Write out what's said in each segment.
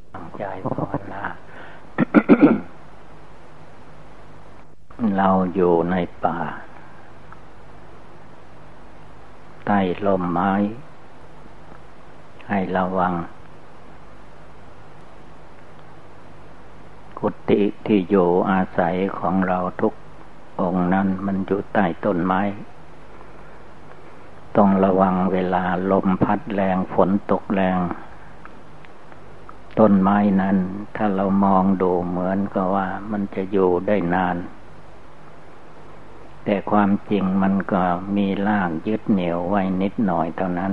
ตั้งใจภาวนา เราอยู่ในป่าใต้ร่มไม้ให้ระวังกุฏิที่อยู่อาศัยของเราทุกองค์นั้นมันอยู่ใต้ต้นไม้ต้องระวังเวลาลมพัดแรงฝนตกแรงต้นไม้นั้นถ้าเรามองดูเหมือนกับว่ามันจะอยู่ได้นานแต่ความจริงมันก็มีรากยึดเหนี่ยวไว้นิดหน่อยเท่านั้น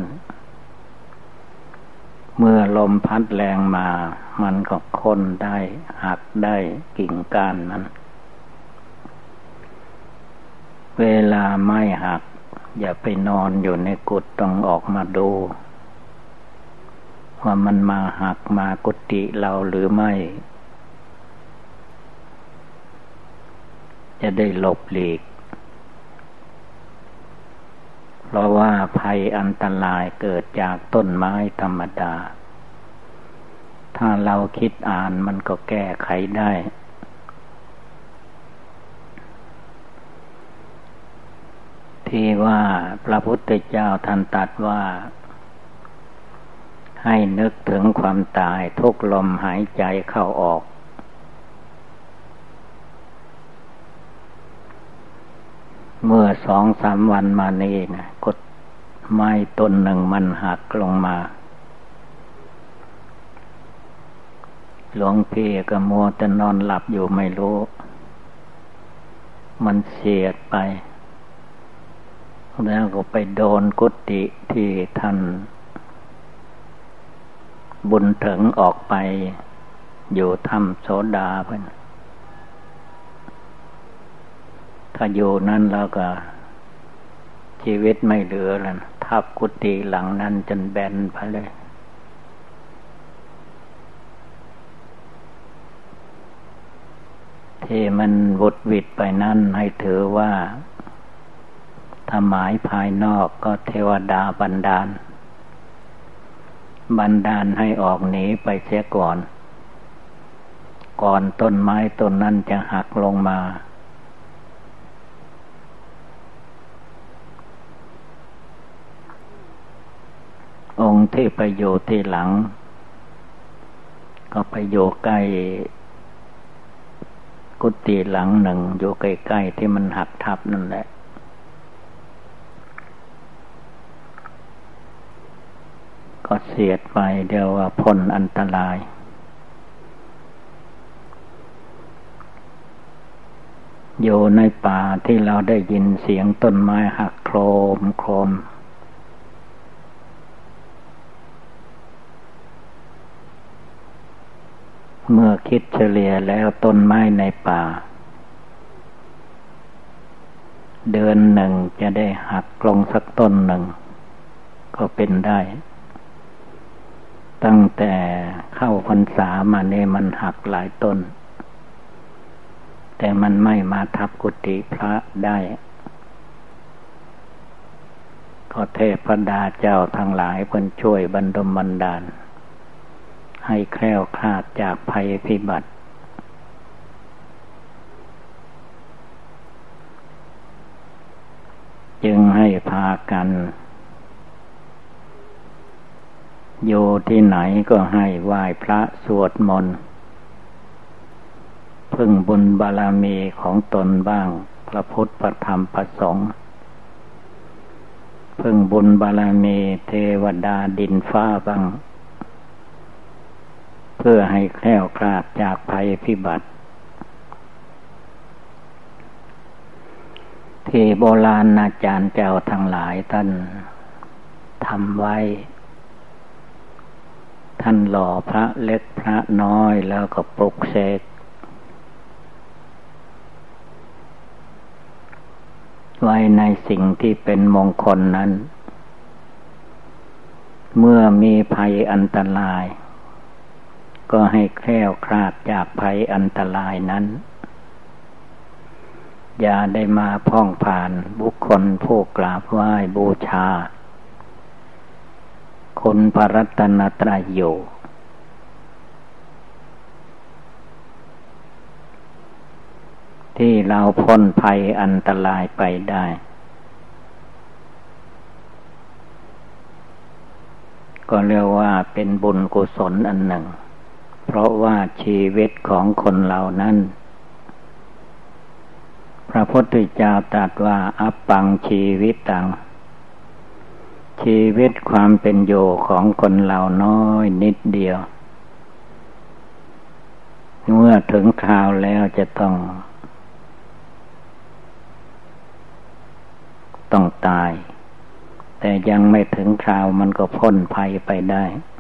เมื่อลมพัดแรงมามันก็โค่นได้หักได้กิ่งก้านมันเวลาไม้หักอย่าไปนอนอยู่ในกุฏต้องออกมาดูว่ามันมาหักมากุฏิเราหรือไม่จะได้หลบหลีกเพราะว่าภัยอันตรายเกิดจากต้นไม้ธรรมดาถ้าเราคิดอ่านมันก็แก้ไขได้ที่ว่าพระพุทธเจ้าท่านตรัสว่าให้นึกถึงความตายทุกลมหายใจเข้าออกเมื่อ2-3 วันมานี้นะก็ไม้ต้นหนึ่งมันหักลงมาหลวงพี่ก็มัวแต่นอนหลับอยู่ไม่รู้มันเสียดไปแล้วก็ไปโดนกุฏิที่ท่านบุญถึงออกไปอยู่ถ้ำโสดาเพิ่นถ้าอยู่นั้นแล้วก็ชีวิตไม่เหลือแล้วนะทับกุฏิหลังนั้นจนแบนไปเลยที่มันวุดวิดไปนั้นให้ถือว่าถ้าหมายภายนอกก็เทวดาบันดาลให้ออกหนีไปเสียก่อนต้นไม้ต้นนั้นจะหักลงมาองค์ที่ไปอยู่ที่หลังก็ไปอยู่ใกล้กุฏิหลังหนึ่งอยู่ใกล้ๆที่มันหักทับนั่นแหละก็เสียดไปเดี๋ยวว่าพ้นอันตรายอยู่ในป่าที่เราได้ยินเสียงต้นไม้หักโครมโครมเมื่อคิดเฉลี่ยแล้วต้นไม้ในป่าเดือนหนึ่งจะได้หักลงสักต้นหนึ่งก็เป็นได้ตั้งแต่เข้าพรรษามาเนี่ยมันหักหลายต้นแต่มันไม่มาทับกุฏิพระได้ก็เทพดาเจ้าทั้งหลายเพิ่นช่วยบรรดลบันดาลให้แคล้วคลาดจากภัยพิบัติจึงให้พากันอยู่ที่ไหนก็ให้ไหว้พระสวดมนต์พึ่งบุญบารมีของตนบ้างพระพุทธพระธรรมพระสงฆ์พึ่งบุญบารมีเทวดาดินฟ้าบ้างเพื่อให้แคล้วคลาดจากภัยพิบัติที่โบราณอาจารย์เจ้าทั้งหลายท่านทำไว้ท่านหล่อพระเล็กพระน้อยแล้วก็ปลุกเสกไว้ในสิ่งที่เป็นมงคลนั้นเมื่อมีภัยอันตรายก็ให้แคล้วคลาดจากภัยอันตรายนั้นอย่าได้มาพ้องผ่านบุคคลผู้กราบไหว้บูชาคุณพระรัตนตรัยอยู่ที่เราพ้นภัยอันตรายไปได้ก็เรียกว่าเป็นบุญกุศลอันหนึ่งเพราะว่าชีวิตของคนเรานั้นพระพุทธเจ้าตรัสว่าอัปปังชีวิตตังชีวิตความเป็นอยู่ของคนเราน้อยนิดเดียวเมื่อถึงคราวแล้วจะต้องตายแต่ยังไม่ถึงคราวมันก็พ้นภัยไปได้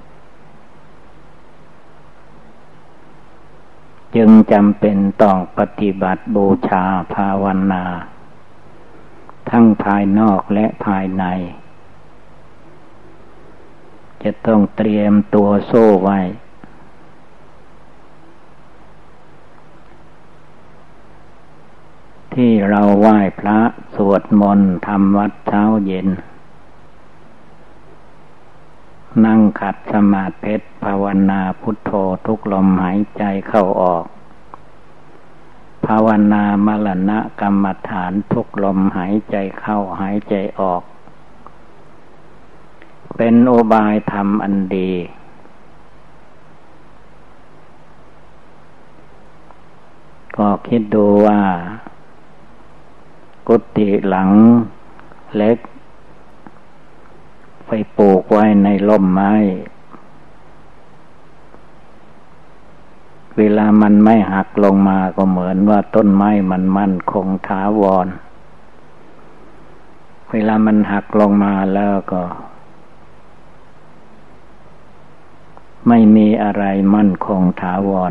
จึงจำเป็นต้องปฏิบัติบูชาภาวนาทั้งภายนอกและภายในจะต้องเตรียมตัวโซ่ไว้ที่เราไหว้พระสวดมนต์ทำวัดเช้าเย็นนั่งขัดสมาธิภาวนาพุทโธทุกลมหายใจเข้าออกภาวนามรณะกรรมฐานทุกลมหายใจเข้าหายใจออกเป็นอุบายธรรมอันดีก็คิดดูว่ากุฏิหลังเล็กไปปลูกไว้ในร่มไม้เวลามันไม่หักลงมาก็เหมือนว่าต้นไม้มันมั่นคงถาวรเวลามันหักลงมาแล้วก็ไม่มีอะไรมั่นคงถาวร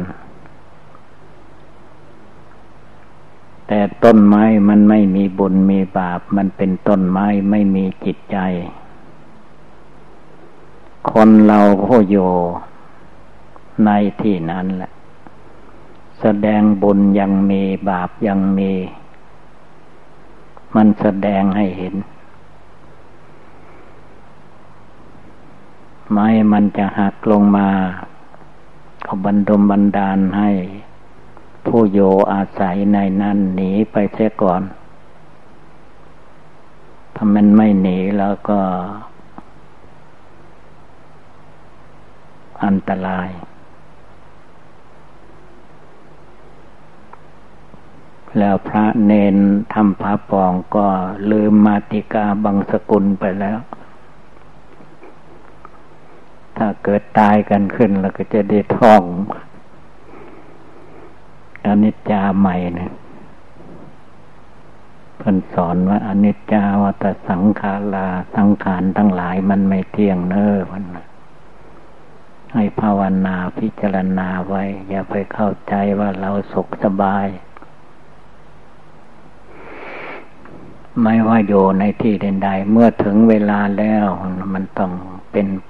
แต่ต้นไม้มันไม่มีบุญมีบาปมันเป็นต้นไม้ไม่มีจิตใจคนเราผู้อยู่ในที่นั้นแหละแสดงบุญยังมีบาปยังมีมันแสดงให้เห็นไม้มันจะหักลงมาเขาบันดาลให้ผู้อยู่อาศัยในนั้นหนีไปเสียก่อนถ้ามันไม่หนีแล้วก็อันตรายแล้วพระเนนทำพระปองก็ลืมมาติกาบังสกุลไปแล้วถ้าเกิดตายกันขึ้นแล้วก็จะได้ท่องอนิจจาใหม่นะเพิ่นสอนว่าอนิจจาวัฏสังขาราสังขารทั้งหลายมันไม่เที่ยงเน้อมันให้ภาวนาพิจารณาไว้อย่าไปเข้าใจว่าเราสุขสบายไม่ว่าอยู่ในที่ใดๆเมื่อถึงเวลาแล้วมันต้องเป็นไป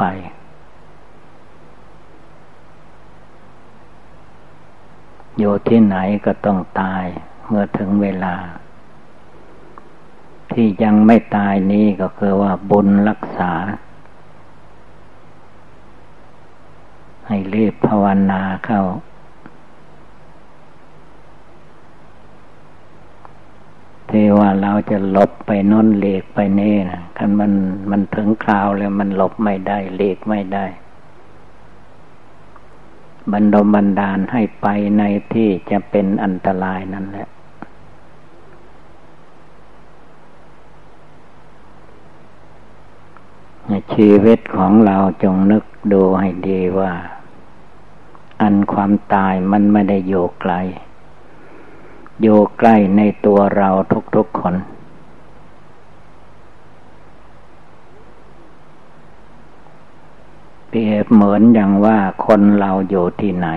อยู่ที่ไหนก็ต้องตายเมื่อถึงเวลาที่ยังไม่ตายนี้ก็คือว่าบุญรักษาให้รีบภาวนาเข้าที่ว่าเราจะหลบไปโน้นหลีกไปนี่นะคันมันถึงคราวแล้วมันหลบไม่ได้หลีกไม่ได้บันดาลให้ไปในที่จะเป็นอันตรายนั่นแหละชีวิตของเราจงนึกดูให้ดีว่าอันความตายมันไม่ได้อยู่ไกลอยู่ใกล้ในตัวเราทุกๆคนเปรียบเหมือนอย่างว่าคนเราอยู่ที่ไหน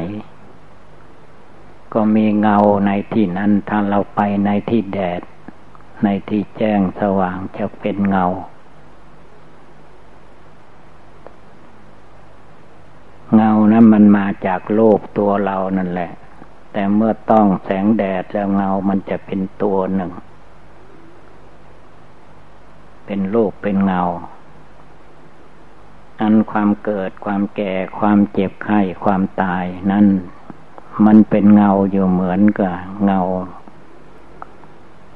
ก็มีเงาในที่นั้นถ้าเราไปในที่แดดในที่แจ้งสว่างจะเป็นเงานั้นมันมาจากโลกตัวเรานั่นแหละแต่เมื่อต้องแสงแดดแล้วเงามันจะเป็นตัวหนึ่งเป็นรูปเป็นเงาอันความเกิดความแก่ความเจ็บไข้ความตายนั้นมันเป็นเงาอยู่เหมือนกับเงา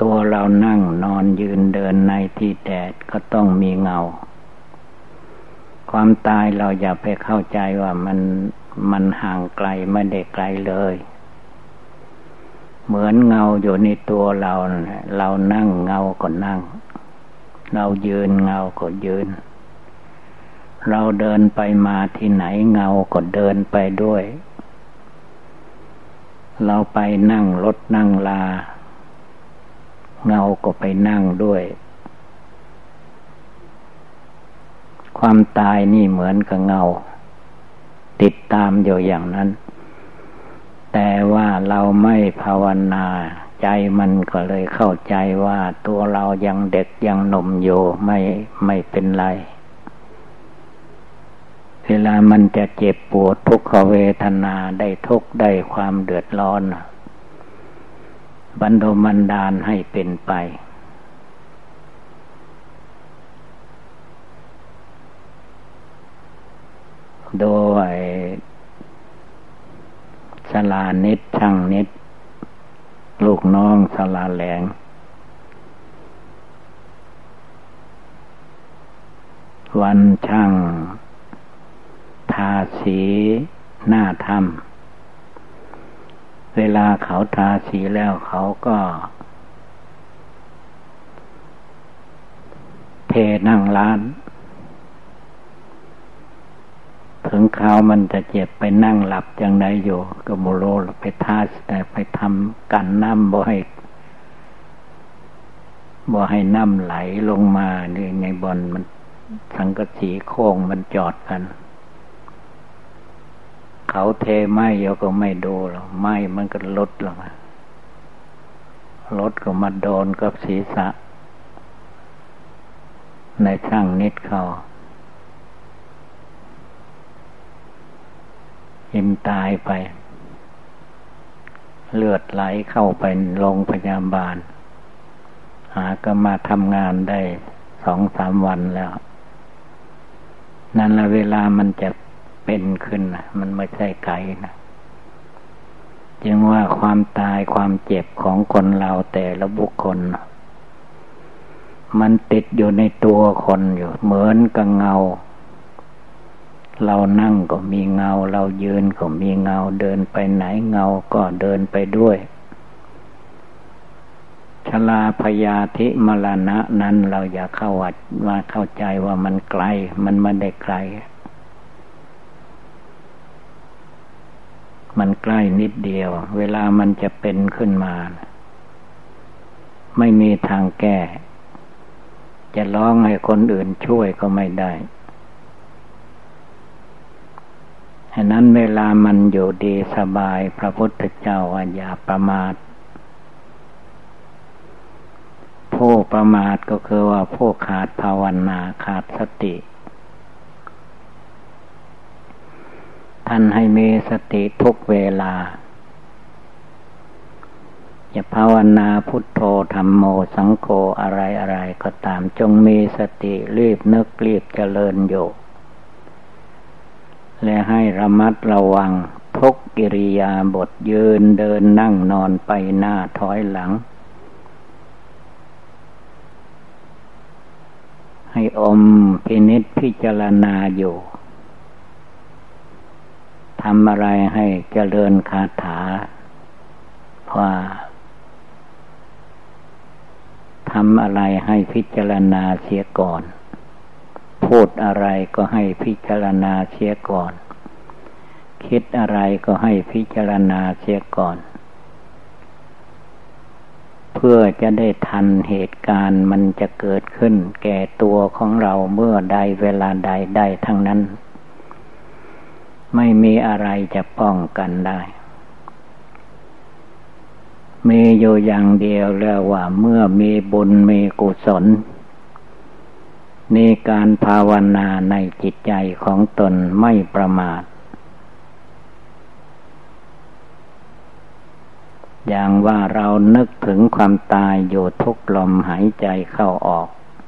ตัวเรานั่งนอนยืนเดินในที่แดดก็ต้องมีเงาความตายเราอย่าไปเข้าใจว่ามันห่างไกลไม่ได้ไกลเลยเหมือนเงาอยู่ในตัวเราเรานั่งเงาก็นั่งเรายืนเงาก็ยืนเราเดินไปมาที่ไหนเงาก็เดินไปด้วยเราไปนั่งรถนั่งลาเงาก็ไปนั่งด้วยความตายนี่เหมือนกับเงาติดตามอยู่อย่างนั้นแต่ว่าเราไม่ภาวนาใจมันก็เลยเข้าใจว่าตัวเรายังเด็กยังหนุ่มอยู่ไม่เป็นไรเวลามันจะเจ็บปวดทุกขเวทนาได้ทุกข์ได้ความเดือดร้อนบันดลบันดาลให้เป็นไปโดยศาลานิดช่างนิดลูกน้องศาลาแหลงวันช่างทาสีหน้าถ้ำเวลาเขาทาสีแล้วเขาก็เทนั่งร้านถึงเขามันจะเจ็บไปนั่งหลับอย่างไรอยู่ก็โมโลไปทาไปทำกันน้ำบ่ให้น้ำไหลลงมาในบอนมันสังกะสีโค้งมันจอดกันเขาเทไม้เยอะก็ไม่ดูหรอกไม้มันก็ลดลงรถก็มาโดนกับศีรษะในช่างนิดเขายิ้มตายไปเลือดไหลเข้าไปโรงพยาบาลก็มาทำงานได้ 2-3 วันแล้วนั่นละเวลามันจะเป็นขึ้นมันไม่ใช่ไกลนะจึงว่าความตายความเจ็บของคนเราแต่ละบุคคลมันติดอยู่ในตัวคนอยู่เหมือนกับเงาเรานั่งก็มีเงาเรายืนก็มีเงาเดินไปไหนเงาก็เดินไปด้วยชราพยาธิมรณะนั้นเราอย่าเข้าใจว่ามันไกลมันไม่ได้ไกลมันใกล้นิดเดียวเวลามันจะเป็นขึ้นมาไม่มีทางแก้จะร้องให้คนอื่นช่วยก็ไม่ได้ฉะนั้นเวลามันอยู่ดีสบายพระพุทธเจ้าว่าอย่าประมาทผู้ประมาทก็คือว่าผู้ขาดภาวนาขาดสติท่านให้มีสติทุกเวลาอย่าภาวนาพุทโธธัมโมสังโฆอะไรก็ตามจงมีสติรีบนึกรีบเจริญอยู่และให้ระมัดระวังทุกกิริยาบถยืนเดินนั่งนอนไปหน้าถอยหลังให้พินิจพิจารณาอยู่ทำอะไรให้เจริญคาถาว่าทำอะไรให้พิจารณาเสียก่อนพูดอะไรก็ให้พิจารณาเสียก่อนคิดอะไรก็ให้พิจารณาเสียก่อนเพื่อจะได้ทันเหตุการณ์มันจะเกิดขึ้นแก่ตัวของเราเมื่อใดเวลาใดได้ทั้งนั้นไม่มีอะไรจะป้องกันได้มีอยู่อย่างเดียวแล้วว่าเมื่อมีบุญมีกุศลในการภาวนาในจิตใจของตนไม่ประมาทอย่างว่าเรานึกถึงความตายอยู่ทุกลมหายใจเข้าออก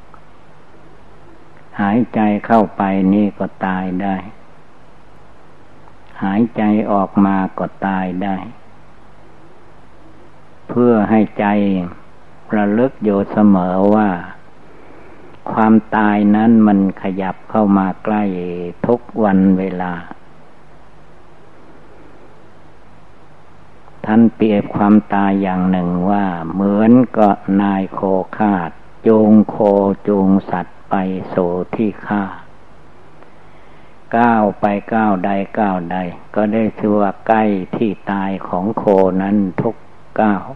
หายใจเข้าไปนี่ก็ตายได้หายใจออกมาก็ตายได้เพื่อให้ใจระลึกอยู่เสมอว่าความตายนั้นมันขยับเข้ามาใกล้ทุกวันเวลาท่านเปรียบความตายอย่างหนึ่งว่าเหมือนกับนายโคฆ่าจูงโคจูงสัตว์ไปสู่ที่ฆ่าก้าวไปก้าวใดก้าวใดก็ได้ชื่อว่าใกล้ที่ตายของโคนั้นทุกก้าว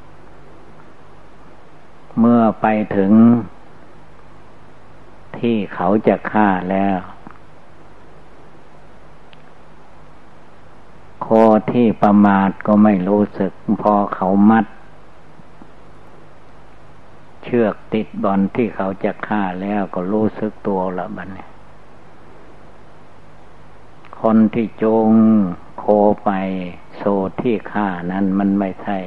เมื่อไปถึงที่เขาจะฆ่าแล้วโคที่ประมาทก็ไม่รู้สึกพอเขามัดเชือกติดบอนที่เขาจะฆ่าแล้วก็รู้สึกตัวละบัดนี้คนที่จูงโคไปโซที่ฆ่านั้นมันไม่ใช่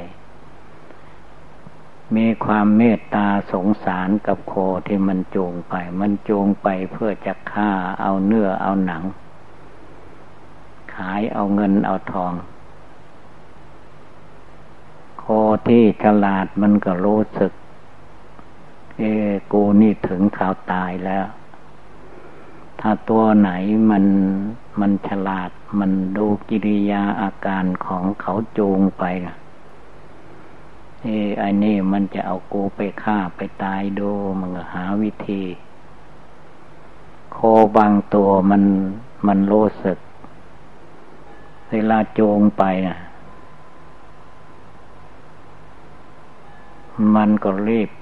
มีความเมตตาสงสารกับโคที่มันจูงไปมันจูงไปเพื่อจะฆ่าเอาเนื้อเอาหนังขายเอาเงินเอาทองโคที่ฉลาดมันก็รู้สึกกูนี่ถึงข่าวตายแล้วถ้าตัวไหนมันฉลาดมันดูกิริยาอาการของเขาจูงไปนะไอ้นี่มันจะเอากูไปฆ่าไปตายดูมันก็หาวิธีโคบางตัวมันรู้สึกเวลาจูงไปนะมันก็รีบ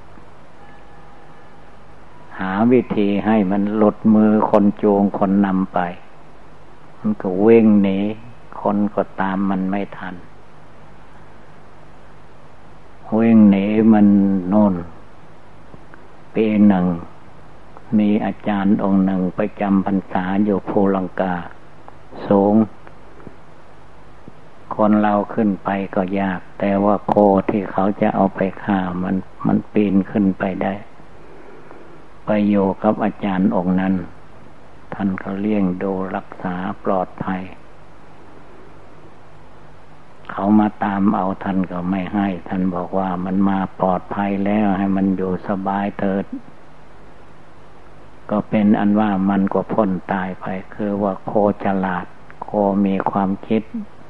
หาวิธีให้มันหลุดมือคนจูงคนนำไปมันก็เว่งหนีคนก็ตามมันไม่ทันเว่งหนีมันโน่นปีหนึ่งมีอาจารย์องค์หนึ่งไปจำพรรษาอยู่ภูลังกาสูงคนเราขึ้นไปก็ยากแต่ว่าโคที่เขาจะเอาไปฆ่ามันปีนขึ้นไปได้ไปอยู่กับอาจารย์องค์นั้นท่านก็เลี้ยงดูรักษาปลอดภัยเขามาตามเอาท่านก็ไม่ให้ท่านบอกว่ามันมาปลอดภัยแล้วให้มันอยู่สบายเถิดก็เป็นอันว่ามันก็พ้นตายไปคือว่าโคฉลาดโคมีความคิด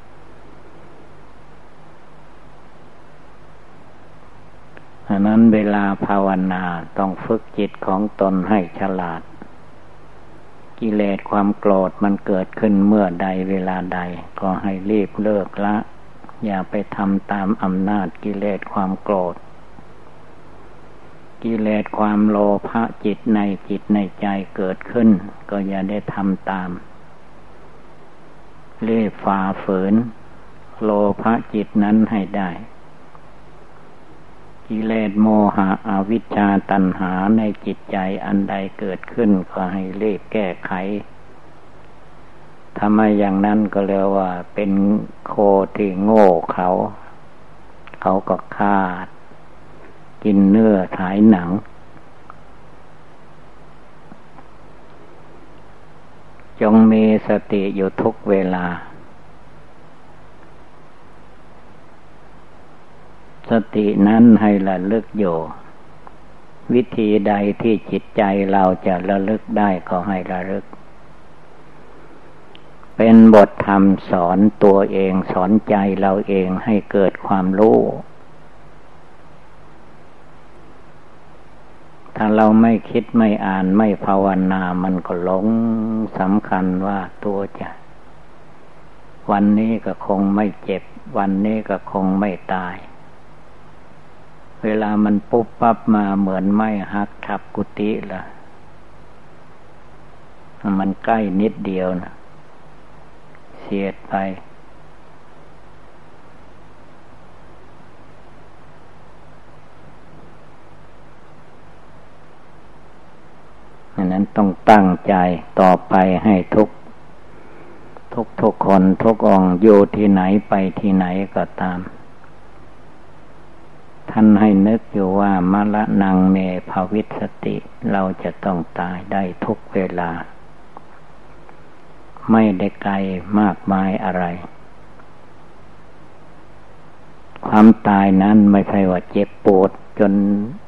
ฉะนั้นเวลาภาวนาต้องฝึกจิตของตนให้ฉลาดกิเลสความโกรธมันเกิดขึ้นเมื่อใดเวลาใดก็ให้รีบเลิกละอย่าไปทำตามอำนาจกิเลสความโกรธกิเลสความโลภะจิตในใจเกิดขึ้นก็อย่าได้ทำตามรีบฝ่าฝืนโลภะจิตนั้นให้ได้กิเลสโมหะอวิชชาตัณหาในจิตใจอันใดเกิดขึ้นก็ให้รีบแก้ไขทำไมอย่างนั้นก็เรียกว่าเป็นโคที่โง่เขาก็ฆ่ากินเนื้อถ่ายหนังจงมีสติอยู่ทุกเวลาสตินั้นให้ระลึกอยู่วิธีใดที่จิตใจเราจะระลึกได้ก็ให้ระลึกเป็นบทธรรมสอนตัวเองสอนใจเราเองให้เกิดความรู้ถ้าเราไม่คิดไม่อ่านไม่ภาวนามันก็หลงสำคัญว่าตัวจะวันนี้ก็คงไม่เจ็บวันนี้ก็คงไม่ตายเวลามันปุ๊บปั๊บมาเหมือนไม้หักทับกุฏิล่ะมันใกล้นิดเดียวนะเสียดไปดังนั้นต้องตั้งใจต่อไปให้ทุกคนทุกองค์อยู่ที่ไหนไปที่ไหนก็ตามท่านให้นึกอยู่ว่ามรณังเมภวิสสติเราจะต้องตายได้ทุกเวลาไม่ได้ไกลมากมายอะไรความตายนั้นไม่ใช่ว่าเจ็บปวดจน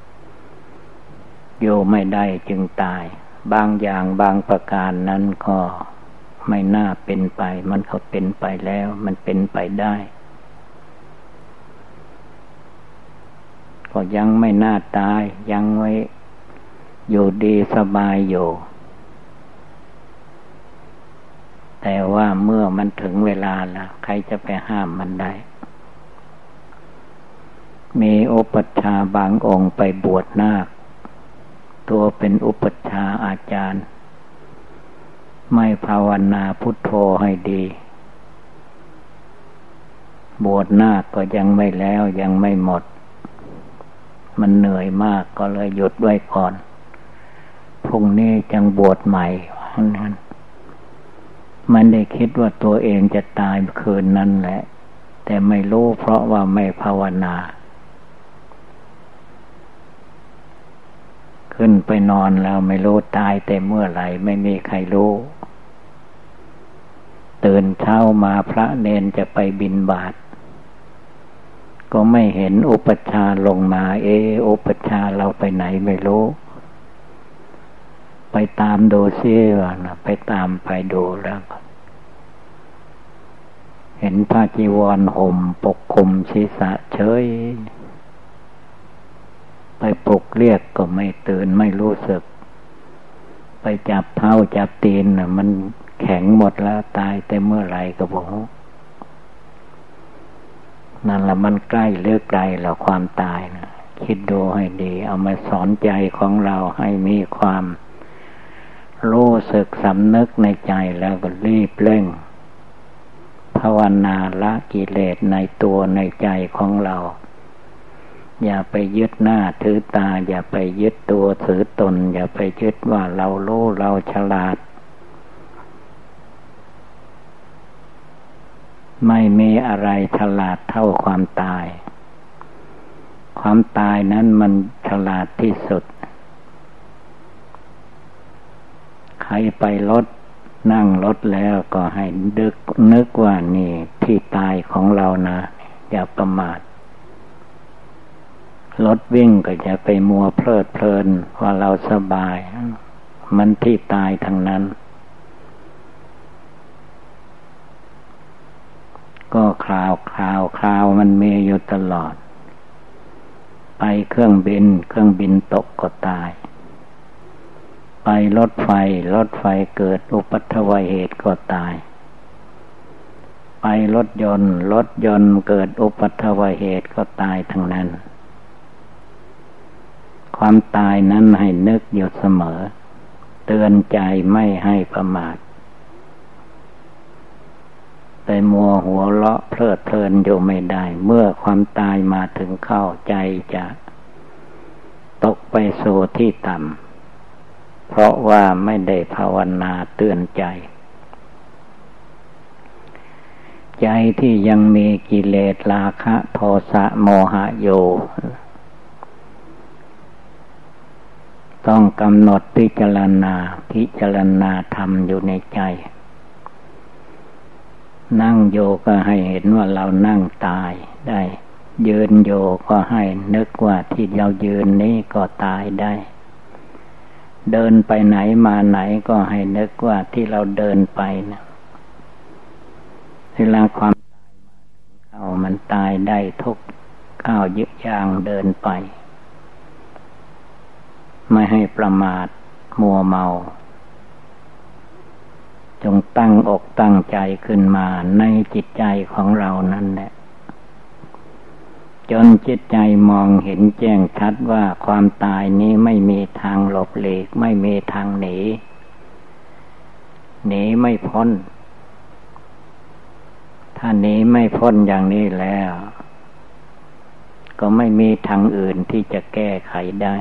อยู่ไม่ได้จึงตายบางอย่างบางประการนั้นก็ไม่น่าเป็นไปมันก็เป็นไปแล้วมันเป็นไปได้ก็ยังไม่น่าตายยังไว้อยู่ดีสบายอยู่แต่ว่าเมื่อมันถึงเวลาแล้วใครจะไปห้ามมันได้มีอุปัชฌาย์บางองค์ไปบวชนาคตัวเป็นอุปัชฌาย์อาจารย์ไม่ภาวนาพุทโธให้ดีบวชนาคก็ยังไม่แล้วยังไม่หมดมันเหนื่อยมากก็เลยหยุดไว้ก่อนพรุ่งนี้จังบวชใหม่นั้นมันได้คิดว่าตัวเองจะตายคืนนั้นแหละแต่ไม่รู้เพราะว่าไม่ภาวนาขึ้นไปนอนแล้วไม่รู้ตายแต่เมื่อไหร่ไม่มีใครรู้ตื่นเช้ามาพระเนนจะไปบิณฑบาตก็ไม่เห็นอุปัชฌาย์ลงมาอุปัชฌาย์เราไปไหนไม่รู้ไปตามดูซิว่านะไปตามไปดูแล้วเห็นผ้าจีวรห่มปกคลุมศีรษะเฉยไปปลุกเรียกก็ไม่ตื่นไม่รู้สึกไปจับเท้าจับตีนน่ะมันแข็งหมดแล้วตายแต่เมื่อไหร่ก็บอกนั่นละมันใกล้หรือไกลแล้วความตายนะคิดดูให้ดีเอามาสอนใจของเราให้มีความรู้สึกสำนึกในใจแล้วก็รีบเร่งภาวนาละกิเลสในตัวในใจของเราอย่าไปยึดหน้าถือตาอย่าไปยึดตัวถือตนอย่าไปยึดว่าเรารู้เราฉลาดไม่มีอะไรฉลาดเท่าความตายความตายนั้นมันฉลาดที่สุดใครไปรถนั่งรถแล้วก็ให้นึกว่านี่ที่ตายของเรานะอย่าประมาทรถวิ่งก็จะไปมัวเพลิดเพลินว่าเราสบายมันที่ตายทั้งนั้นก็คราวมันมีอยู่ตลอดไปเครื่องบินตกก็ตายไปรถไฟเกิดอุบัติเหตุก็ตายไปรถยนต์เกิดอุบัติเหตุก็ตายทั้งนั้นความตายนั้นให้นึกอยู่เสมอเตือนใจไม่ให้ประมาทแต่มัวหัวเราะเพลิดเพลินอยู่ไม่ได้เมื่อความตายมาถึงเข้าใจจะตกไปสู่ที่ต่ำเพราะว่าไม่ได้ภาวนาเตือนใจใจที่ยังมีกิเลสราคะโทสะโมหะอยู่ต้องกำหนดพิจารณาธรรมอยู่ในใจนั่งโยก็ให้เห็นว่าเรานั่งตายได้ยืนโยก็ให้นึกว่าที่เรายืนนี้ก็ตายได้เดินไปไหนมาไหนก็ให้นึกว่าที่เราเดินไปนะเวลาความตายมาถึงเข้ามันตายได้ทุกก้าวยึกย่างเดินไปไม่ให้ประมาทมัวเมาจงตั้งอกตั้งใจขึ้นมาในจิตใจของเรานั่นแหละจนจิตใจมองเห็นแจ้งชัดว่าความตายนี้ไม่มีทางหลบหลีกไม่มีทางหนีไม่พ้นถ้าหนีไม่พ้นอย่างนี้แล้วก็ไม่มีทางอื่นที่จะแก้ไขได้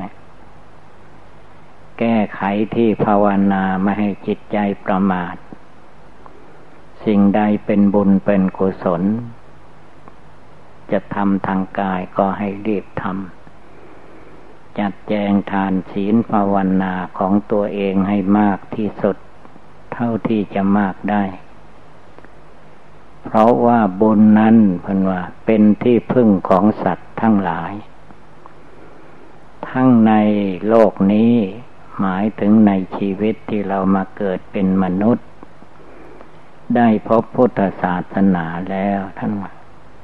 แก้ไขที่ภาวนาไม่ให้จิตใจประมาทสิ่งใดเป็นบุญเป็นกุศลจะทำทางกายก็ให้รีบทำจัดแจงทานศีลภาวนาของตัวเองให้มากที่สุดเท่าที่จะมากได้เพราะว่าบุญนั้นเพิ่นว่าเป็นที่พึ่งของสัตว์ทั้งหลายทั้งในโลกนี้หมายถึงในชีวิตที่เรามาเกิดเป็นมนุษย์ได้พบพุทธศาสนาแล้วท่านว่า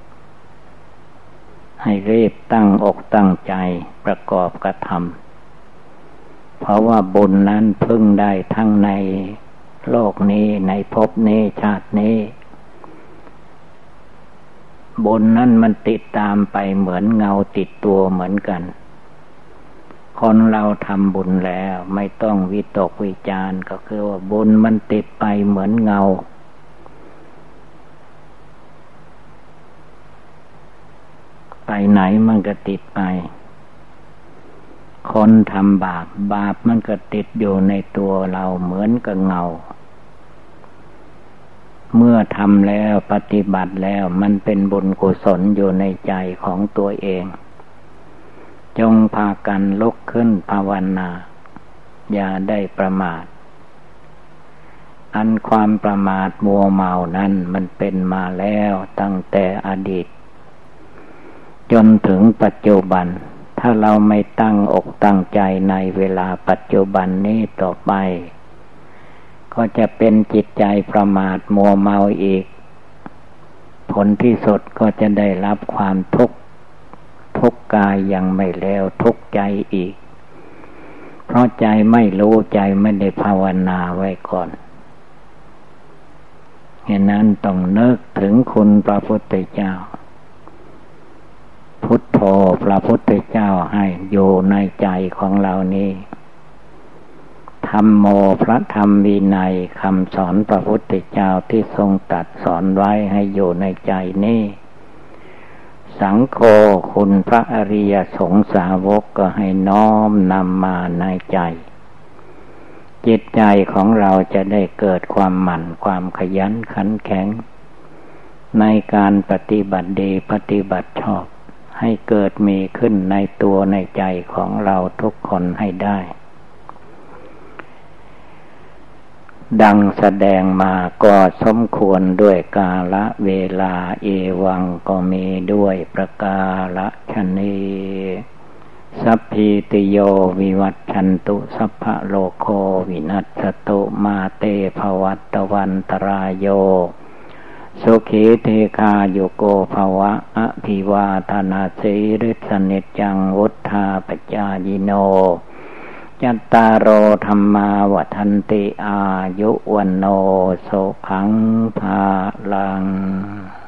ให้รีบตั้งอกตั้งใจประกอบกระทำเพราะว่าบุญนั้นพึ่งได้ทั้งในโลกนี้ในภพนี้ชาตินี้บุญนั้นมันติดตามไปเหมือนเงาติดตัวเหมือนกันคนเราทำบุญแล้วไม่ต้องวิตกวิจารณ์ก็คือว่าบุญมันติดไปเหมือนเงาไปไหนมันก็ติดไปคนทำบาปบาปมันก็ติดอยู่ในตัวเราเหมือนกับเงาเมื่อทำแล้วปฏิบัติแล้วมันเป็นบุญกุศลอยู่ในใจของตัวเองจงพากันลุกขึ้นภาวนาอย่าได้ประมาทอันความประมาทมัวเมานั้นมันเป็นมาแล้วตั้งแต่อดีตจนถึงปัจจุบันถ้าเราไม่ตั้งอกตั้งใจในเวลาปัจจุบันนี้ต่อไปก็จะเป็นจิตใจประมาทมัวเมาอีกผลที่สุดก็จะได้รับความทุกข์กายยังไม่แล้วทุกข์ใจอีกเพราะใจไม่รู้ใจไม่ได้ภาวนาไว้ก่อนฉะนั้นต้องนึกถึงคุณพระพุทธเจ้าพุทโธพระพุทธเจ้าให้อยู่ในใจของเรานี้ธัมโมพระธรรมวินัยคำสอนพระพุทธเจ้าที่ทรงตรัสสอนไว้ให้อยู่ในใจนี้สังโฆคุณพระอริยสงฆ์สาวกก็ให้น้อมนำมาในใจจิตใจของเราจะได้เกิดความหมั่นความขยันขันแข็งในการปฏิบัติดีปฏิบัติชอบให้เกิดมีขึ้นในตัวในใจของเราทุกคนให้ได้ดังแสดงมาก็สมควรด้วยกาลเวลาเอวังก็มีด้วยประกาศนีสัพพิติโยวิวัตชันตุสัพพะโลกโควินัสสตุมาเตภวัตวันตรายโยสุขีเทคาโยโกภวะอภิวาทนาสีริสนิจจังวุฒาปจายโนจัตตารโอธรรมาวัฏันติอายุวันโนสุขังภาลัง